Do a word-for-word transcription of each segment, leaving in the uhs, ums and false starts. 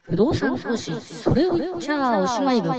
不動産投資、それを言っちゃおしまい部。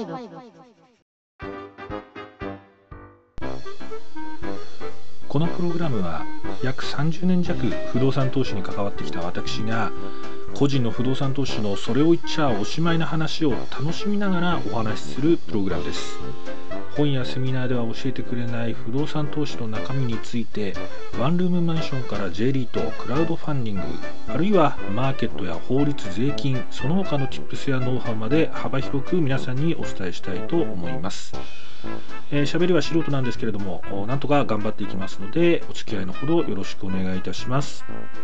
このプログラムは約さんじゅうねん弱不動産投資に関わってきた私が個人の不動産投資のそれを言っちゃおしまいな話を楽しみながらお話しするプログラムです。本やセミナーでは教えてくれない不動産投資の中身についてワンルームマンションから J リート、クラウドファンディング、あるいはマーケットや法律、税金、その他の Tips やノウハウまで幅広く皆さんにお伝えしたいと思います。えー、喋りは素人なんですけれども、なんとか頑張っていきますのでお付き合いのほどよろしくお願いいたします。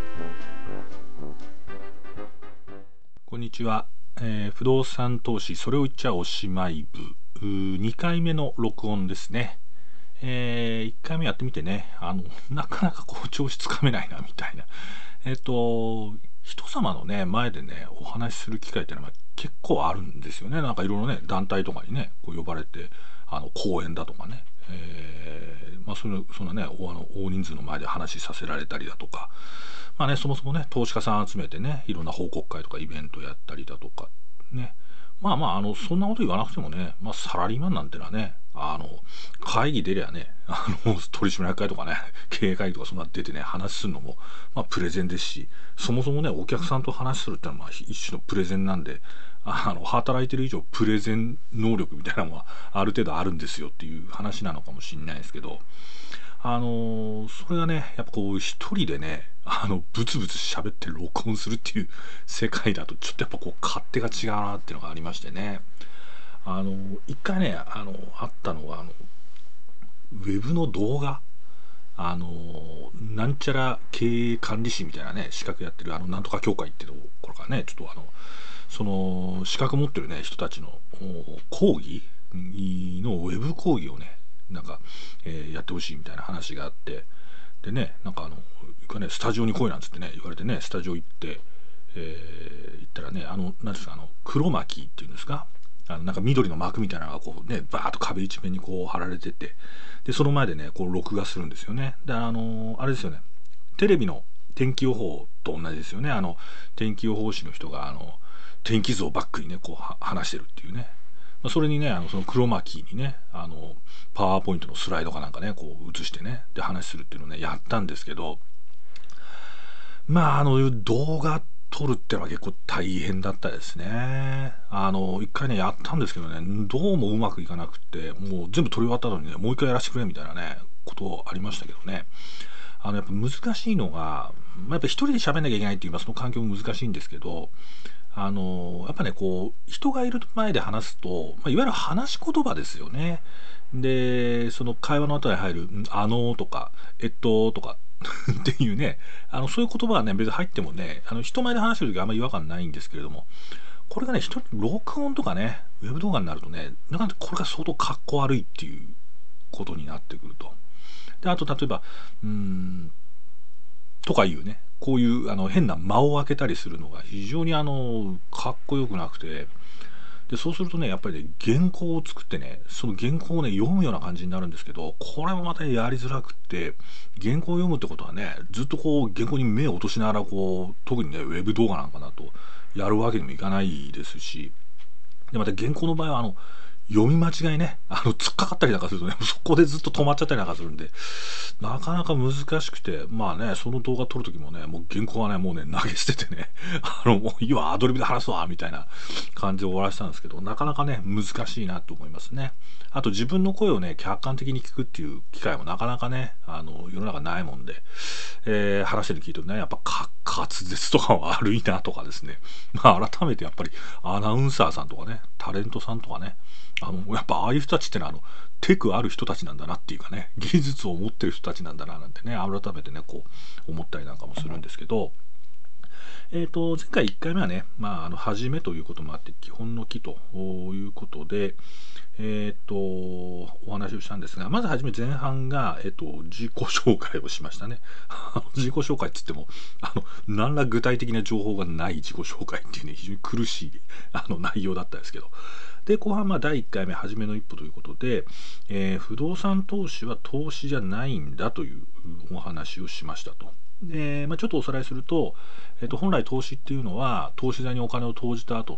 こんにちは、えー、不動産投資それを言っちゃおしまい部にかいめの録音ですね。えー、いっかいめやってみてね、あのなかなかこう調子つかめないなみたいな、えっ、と人様のね前でねお話しする機会っていうのは結構あるんですよね。なんかいろいろね団体とかにねこう呼ばれて、あの講演だとかね、えー、まあそのそんなね大あの大人数の前で話しさせられたりだとか、まあねそもそもね投資家さん集めてねいろんな報告会とかイベントやったりだとかね、まあまああのそんなこと言わなくてもね、まあサラリーマンなんてのはね、あの会議出りゃね、あの取締役会とかね経営会議とかそんな出てね話するのもまあプレゼンですし、そもそもねお客さんと話するってのはまあ一種のプレゼンなんで、あの働いてる以上プレゼン能力みたいなのはある程度あるんですよっていう話なのかもしれないですけど、あのそれがねやっぱこう一人でねあのブツブツ喋って録音するっていう世界だとちょっとやっぱこう勝手が違うなっていうのがありましてね、あの一回ねあのあったのがあのウェブの動画、あのなんちゃら経営管理士みたいなね資格やってるあのなんとか協会っていうところからねちょっとあのその資格持ってるね人たちの講義のウェブ講義をねなんか、えーやってほしいみたいな話があって、でねなんかあのねスタジオに来いなんつってね言われてねスタジオ行って、えー行ったらねあの何ですかあの黒巻きっていうんですか、あのなんか緑の幕みたいなのがこうねバーッと壁一面にこう貼られてて、でその前でねこう録画するんですよね。であのあれですよね、テレビの天気予報と同じですよね。あの天気予報士の人があの天気図をバックにねこう話してるっていうね、それにねあのその黒巻にねあのパワーポイントのスライドかなんかねこう映してねで話するっていうのをねやったんですけど、まああの動画撮るってのは結構大変だったですね。あの一回ねやったんですけどねどうもうまくいかなくて、もう全部撮り終わったのにねもう一回やらせてくれみたいなねことありましたけどね。あのやっぱ難しいのが、まあ、やっぱ一人で喋んなきゃいけないっていう、まあ、その環境も難しいんですけど、あのやっぱねこう人がいる前で話すと、まあ、いわゆる話し言葉ですよね。でその会話の後に入る「んあの」とか「えっと」とかっていうね、あのそういう言葉はね別に入ってもねあの人前で話してる時はあんまり違和感ないんですけれども、これがね人録音とかねウェブ動画になるとねなかなかこれが相当かっこ悪いっていうことになってくると。であと例えばうーんとかいうねこういうあの変な間を空けたりするのが非常にあのかっこよくなくて、でそうするとねやっぱりね原稿を作ってねその原稿をね読むような感じになるんですけど、これもまたやりづらくって、原稿を読むってことはねずっとこう原稿に目を落としながらこう特にねウェブ動画なんかだとやるわけにもいかないですし、でまた原稿の場合はあの読み間違いねあの突っかかったりなんかするとねそこでずっと止まっちゃったりなんかするんでなかなか難しくて、まあねその動画撮る時もねもう原稿はねもうね投げ捨ててねあのもういいわアドリブで話すわみたいな感じで終わらせたんですけど、なかなかね難しいなと思いますね。あと自分の声をね客観的に聞くっていう機会もなかなかねあの世の中ないもんで、えー、話してる聞いてるとねやっぱ滑舌とか悪いなとかですね、まあ改めてやっぱりアナウンサーさんとかねタレントさんとかね、あのやっぱああいう人たちってのはあのテクある人たちなんだなっていうかね技術を持ってる人たちなんだななんてね改めてねこう思ったりなんかもするんですけど、えーと前回いっかいめはねまああの初めということもあって基本の木ということでえーとお話をしたんですが、まずはじめ前半が、えーと自己紹介をしましたね。自己紹介っつってもあの何ら具体的な情報がない自己紹介っていうね非常に苦しいあの内容だったんですけど、で後半まあだいいっかいめ初めの一歩ということで、えー不動産投資は投資じゃないんだというお話をしましたと。で、まあ、ちょっとおさらいすると、えーと本来投資っていうのは投資財にお金を投じた後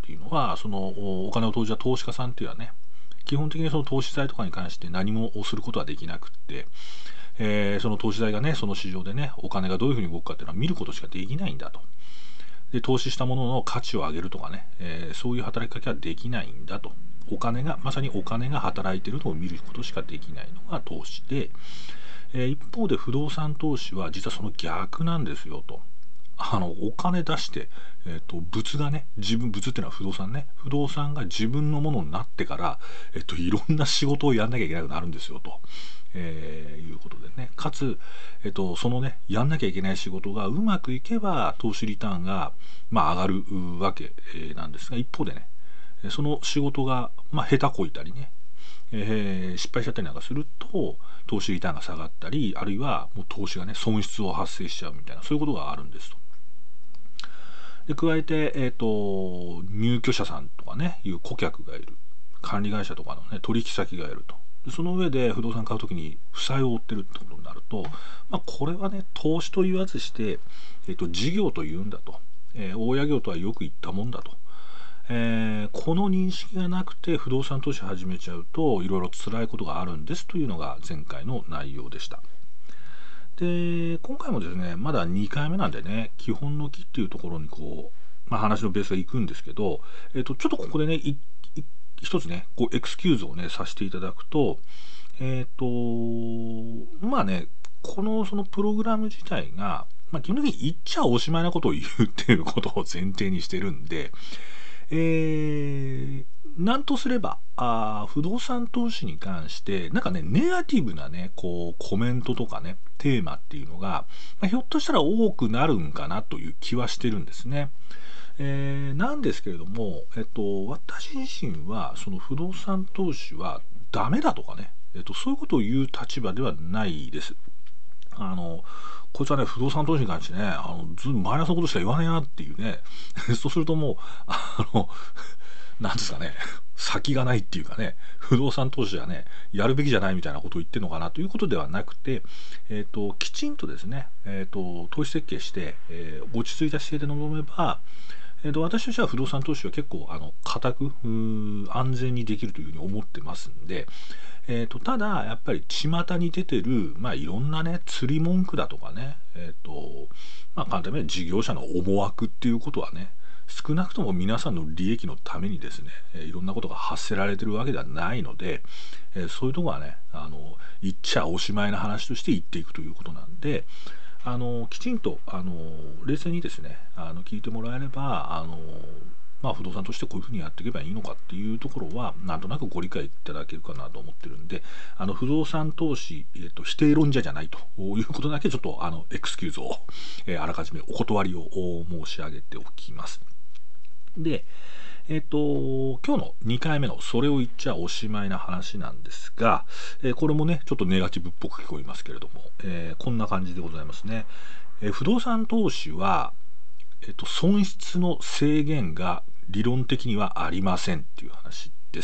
っていうのは、そのお金を投じた投資家さんっていうのはね、基本的にその投資財とかに関して何もすることはできなくって、えー、その投資財がね、その市場でね、お金がどういうふうに動くかっていうのは見ることしかできないんだと。で、投資したものの価値を上げるとかね、えー、そういう働きかけはできないんだと。お金が、まさにお金が働いているのを見ることしかできないのが投資で、えー、一方で不動産投資は実はその逆なんですよと。あのお金出して、えー、と物がね、自分、物っていうのは不動産ね、不動産が自分のものになってから、えー、といろんな仕事をやんなきゃいけなくなるんですよと、えーいうことでね、かつ、えー、とそのね、やんなきゃいけない仕事がうまくいけば投資リターンが、まあ、上がるわけなんですが、一方でね、その仕事が、まあ、下手こいたりね、えー失敗しちゃったりなんかすると投資リターンが下がったり、あるいはもう投資がね、損失を発生しちゃうみたいな、そういうことがあるんですと。で、加えて、えっ、と、入居者さんとかね、いう顧客がいる。管理会社とかのね、取引先がいると。で、その上で不動産買うときに負債を負ってるってことになると、まあ、これはね、投資と言わずして、えっ、と、事業と言うんだと。えー、大家業とはよく言ったもんだと。えーこの認識がなくて不動産投資始めちゃうといろいろ辛いことがあるんですというのが前回の内容でした。で、今回もですね、まだにかいめなんでね、基本の木っていうところにこう、まあ、話のベースがいくんですけど、えっと、ちょっとここでね、いい一つね、こうエクスキューズをね、させていただくと、えっと、まあね、このそのプログラム自体が、まあ、基本的に言っちゃおしまいなことを言うっていうことを前提にしてるんで、えー、なんとすればあ不動産投資に関してなんかね、ネガティブなね、こうコメントとかね、テーマっていうのが、まあ、ひょっとしたら多くなるんかなという気はしてるんですね。えーなんですけれども、えっと、私自身はその不動産投資はダメだとかね、えっと、そういうことを言う立場ではないです。あのこいつはね、不動産投資に関してね、あのずっとマイナスのことしか言わねえなっていうねそうするともうあのなんですかね、先がないっていうかね、不動産投資はね、やるべきじゃないみたいなことを言ってるのかなということではなくて、えーと、きちんとですね、えーと、投資設計して、えー落ち着いた姿勢で臨めば、えーと、私としては不動産投資は結構あの固く安全にできるというふうに思ってますんで、えーと、ただやっぱり巷に出てる、まあ、いろんなね、釣り文句だとかね、えーとまあ、簡単に言えば事業者の思惑っていうことはね、少なくとも皆さんの利益のためにですね、えーいろんなことが発せられてるわけではないので、えーそういうとこはね、あの言っちゃおしまいな話として言っていくということなんで、あのきちんとあの冷静にですね、あの聞いてもらえれば、あのまあ、不動産としてこういうふうにやっていけばいいのかっていうところはなんとなくご理解いただけるかなと思ってるんで、あの不動産投資、えーと、否定論者じゃないということだけちょっとあのエクスキューズを、えーあらかじめお断りを申し上げておきます。で、えっ、と、今日のにかいめのそれを言っちゃおしまいな話なんですが、えーこれもね、ちょっとネガティブっぽく聞こえますけれども、えーこんな感じでございますね。えー不動産投資は、えっ、と、損失の制限が理論的にはありませんっていう話です。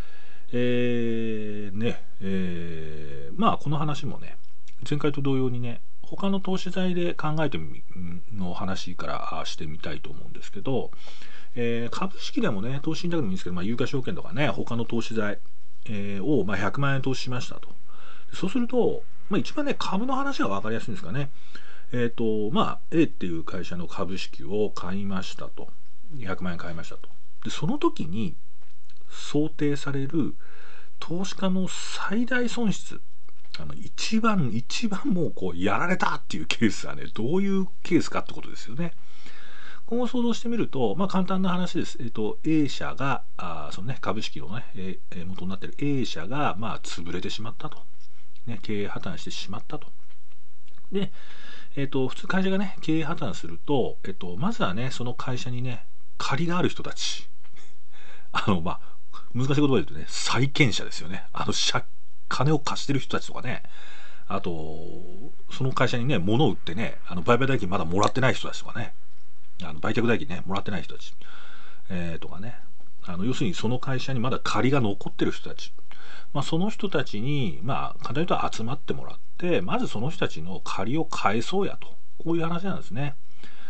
えー、ね、えーまあこの話もね、前回と同様にね、他の投資財で考えてみの話からしてみたいと思うんですけど、えー株式でもね、投資信託でもいいんですけど、まあ、有価証券とかね、他の投資財、えーを、まあ、ひゃくまんえん投資しましたと。そうすると、まあ、一番ね、株の話が分かりやすいんですかね。えっ、と、まあ、A っていう会社の株式を買いましたと。ひゃくまんえん買いましたと。で、その時に想定される投資家の最大損失、あの一番一番もうこうやられたっていうケースはね、どういうケースかってことですよね。今後想像してみると、まあ、簡単な話です。えっと、A 社が、あそのね、株式のね、えー元になっている A 社が、まあ、潰れてしまったと。ね、経営破綻してしまったと。で、えっと、普通会社がね、経営破綻すると、えっと、まずはね、その会社にね、借りがある人たち。あの、まあ、難しい言葉で言うとね、債権者ですよね。あの、借金を貸してる人たちとかね、あと、その会社にね、物を売ってね、あの売買代金まだもらってない人たちとかね、あの売却代金ね、もらってない人たち、えー、とかね、あの要するにその会社にまだ借りが残ってる人たち、まあ、その人たちに、まあ、簡単に言うと集まってもらって、まずその人たちの借りを返そうやと、こういう話なんですね。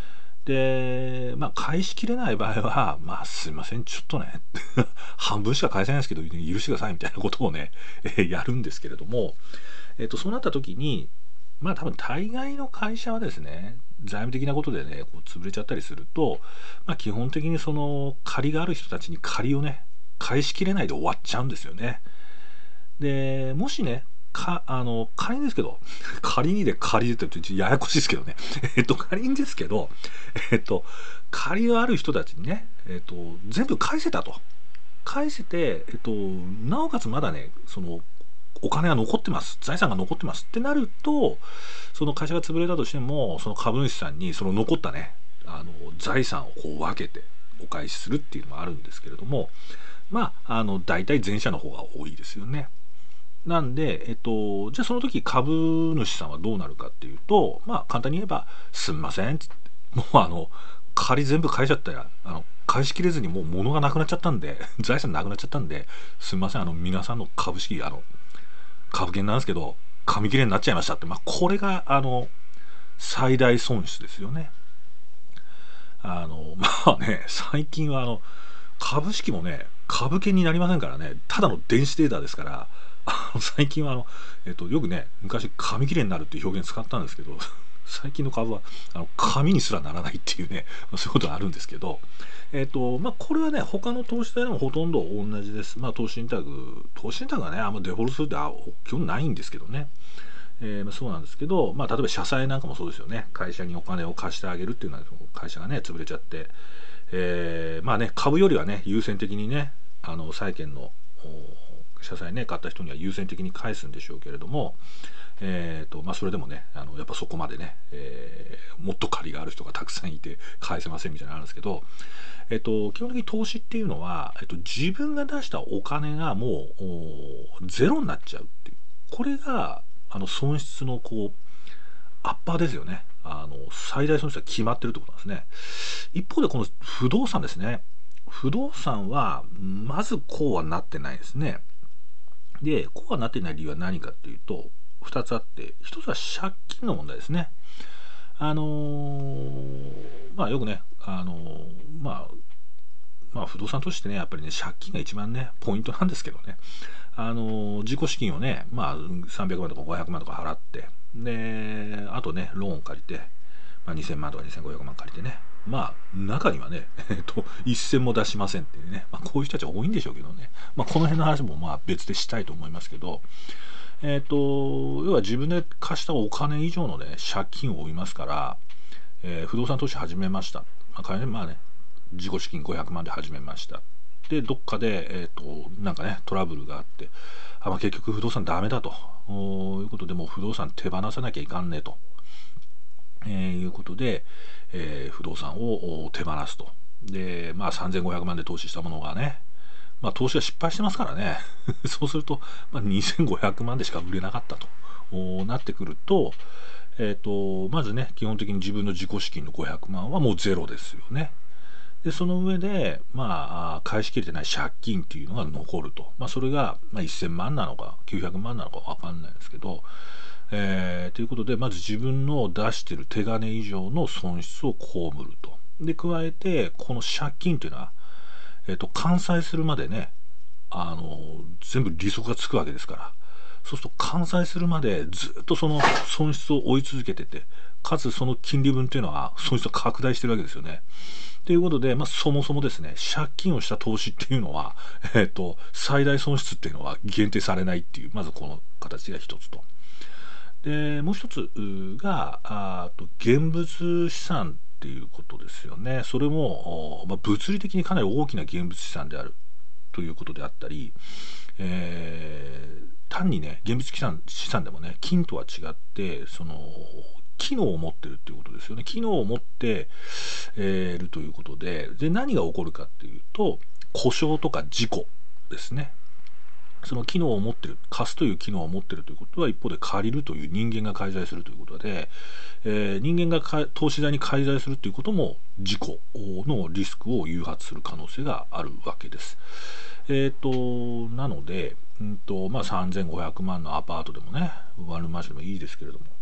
で、まあ、返しきれない場合は、まあ、すいません、ちょっとね、半分しか返せないんですけど、許してくださいみたいなことをね、えーやるんですけれども、えっと、そうなった時に、まあ、多分大概の会社はですね、財務的なことでね、こう潰れちゃったりすると、まあ、基本的にその借りがある人たちに借りをね、返しきれないで終わっちゃうんですよね。で、もしね、か、あの、仮にですけど、仮にで借りるって言うとややこしいですけどね。えっと、仮にですけど、えっと、借りがある人たちにね、えっと、全部返せたと。返せて、えっと、なおかつまだね、その、お金が残ってます。財産が残ってますってなると、その会社が潰れたとしても、その株主さんにその残ったね、あの、財産をこう分けてお返しするっていうのもあるんですけれども、まあ、あの、大体前者の方が多いですよね。なんで、えっと、じゃあその時株主さんはどうなるかっていうと、まあ簡単に言えば、すんません、もうあの、借り全部返しちゃったら、あの、返しきれずにもう物がなくなっちゃったんで、財産なくなっちゃったんで、すんません、あの、皆さんの株式、あの、株券なんですけど、紙切れになっちゃいましたって、まあこれが、あの、最大損失ですよね。あの、まあね、最近はあの、株式もね、株券になりませんからね、ただの電子データですから、あの最近はあの、えっと、よくね、昔紙切れになるっていう表現使ったんですけど、最近の株はあの紙にすらならないっていうね、そういうことがあるんですけど、えっと、まあ、これはね、他の投資でもほとんど同じです。まあ、投資信託、投資信託はね、あんまデフォルトするってあ基本ないんですけどね。えーまあ、そうなんですけど、まあ、例えば社債なんかもそうですよね。会社にお金を貸してあげるっていうのは、会社がね、潰れちゃって、えーまあね、株よりはね、優先的にね、あの債券の社債ね、買った人には優先的に返すんでしょうけれども、えーとまあ、それでもね、あのやっぱそこまでね、えーもっと借りがある人がたくさんいて返せませんみたいなのあるんですけど、えっと、基本的に投資っていうのは、えっと、自分が出したお金がもうゼロになっちゃうっていう、これがあの損失のこうアッパーですよね。あの最大損失が決まってるってことなんですね。一方でこの不動産ですね。不動産はまずこうはなってないですね。で、こうはなってない理由は何かっていうと、ふたつあって、ひとつは借金の問題ですね。あのーまあよくね、あのーまあまあ不動産投資ってね、やっぱりね、借金が一番ね、ポイントなんですけどね。あのー自己資金をね、まあさんびゃくまんとかごひゃくまんとか払って、で、あとね、ローン借りて、まあ、にせんまんとかにせんごひゃくまん借りてね、まあ中にはね、えっと、いっせんも出しませんっていうね、まあ、こういう人たちは多いんでしょうけどね、まあ、この辺の話もまあ別でしたいと思いますけど、えっと、要は自分で貸したお金以上のね、借金を負いますから、えー不動産投資始めました。まあ、仮にまあね、自己資金ごひゃくまんで始めました。で、どっかで、えっと、なんかね、トラブルがあって、あ、まあ、結局不動産ダメだということで、もう不動産手放さなきゃいかんねと、えーいうことで、えー不動産を手放すと。で、まあさんぜんごひゃくまんで投資したものがね、まあ投資は失敗してますからね。そうすると、まあ、にせんごひゃくまんでしか売れなかったとおなってくると、えっと、まずね、基本的に自分の自己資金のごひゃくまんはもうゼロですよね。で、その上で、まあ、返しきれてない借金っていうのが残ると。まあ、それが、まあ、せんまんなのか、きゅうひゃくまんなのかわかんないですけど、えーということで、まず自分の出してる手金以上の損失を被ると。で、加えて、この借金というのは、えっと、完済するまでね、あの、全部利息がつくわけですから。そうすると、完済するまでずっとその損失を追い続けてて、かつその金利分というのは損失が拡大してるわけですよね。ということで、まあ、そもそもですね、借金をした投資っていうのは、えっと、最大損失っていうのは限定されないっていう、まずこの形が一つと。で、もう一つが、あと現物資産っていうことですよね。それも、まあ、物理的にかなり大きな現物資産であるということであったり、えー単にね、現物資産資産でもね、金とは違って、その、機能を持ってるっていうことですよね。機能を持ってえーるということで、で、何が起こるかっていうと、故障とか事故ですね。その機能を持ってる、貸すという機能を持ってるということは、一方で借りるという人間が介在するということで、えー人間がか投資財に介在するということも事故のリスクを誘発する可能性があるわけです。えっ、と、なので、うんとまあ、さんぜんごひゃくまんのアパートでもね、ワンルームマンションでもいいですけれども、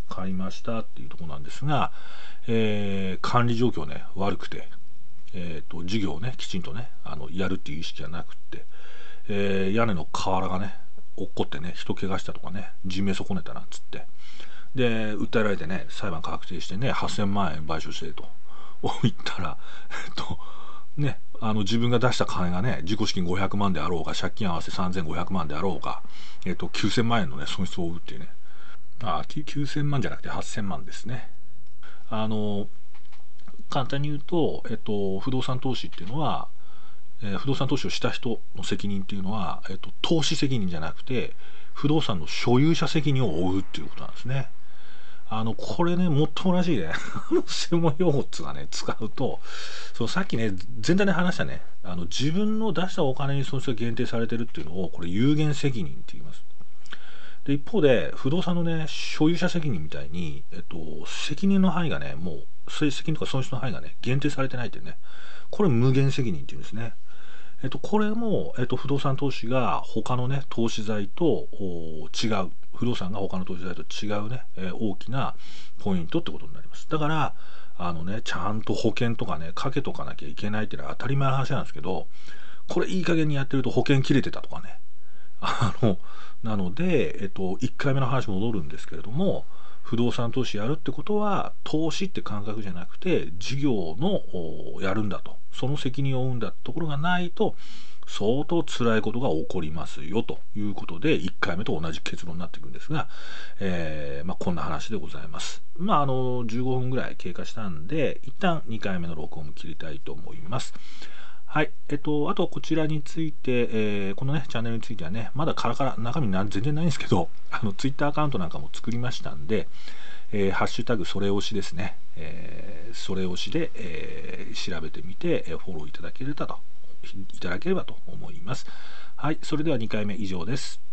買いましたっていうところなんですが、えー管理状況ね悪くて、えーと授業をねきちんとねあのやるっていう意識がなくって、えー屋根の瓦がね落っこってね人怪我したとかね人命損ねたなんつって、で訴えられてね裁判確定してねはっせんまんえん賠償してと言ったらえっとねあの自分が出した金がね自己資金ごひゃくまんであろうが借金合わせさんぜんごひゃくまんであろうが、えっと、きゅうせんまんえんのね損失を負うっていうね、あききゅうせんまんじゃなくてはっせんまんですね。あの簡単に言うと、えっと、不動産投資っていうのは、えー不動産投資をした人の責任っていうのは、えっと、投資責任じゃなくて不動産の所有者責任を負うっていうことなんですね。あのこれねもっともらしいね専門用語っつうかね使うと、そうさっきね全体で話したねあの自分の出したお金に損失が限定されてるっていうのをこれ有限責任って言います。で一方で不動産のね所有者責任みたいに、えっと、責任の範囲がねもう責任とか損失の範囲がね限定されてないっていうね、これ無限責任っていうんですね。えっと、これも、えっと、不動産投資が他のね投資財とお違う、不動産が他の投資財と違うね、えー大きなポイントってことになります。だからあのねちゃんと保険とかねかけとかなきゃいけないっていうのは当たり前の話なんですけど、これいい加減にやってると保険切れてたとかね、あのなので、えっと、いっかいめの話戻るんですけれども、不動産投資やるってことは投資って感覚じゃなくて事業のおやるんだと、その責任を負うんだってところがないと相当辛いことが起こりますよということでいっかいめと同じ結論になっていくんですが、えーまあ、こんな話でございます。まああのじゅうごふんぐらい経過したんで一旦にかいめの録音を切りたいと思います。はい。えっと、あとこちらについて、えーこのね、チャンネルについてはね、まだカラカラ、中身な全然ないんですけど、あの、ツイッターアカウントなんかも作りましたんで、えーハッシュタグそれ推しですね。えーそれ推しで、えー調べてみて、えーフォローいただければと、いただければと思います。はい。それではにかいめ以上です。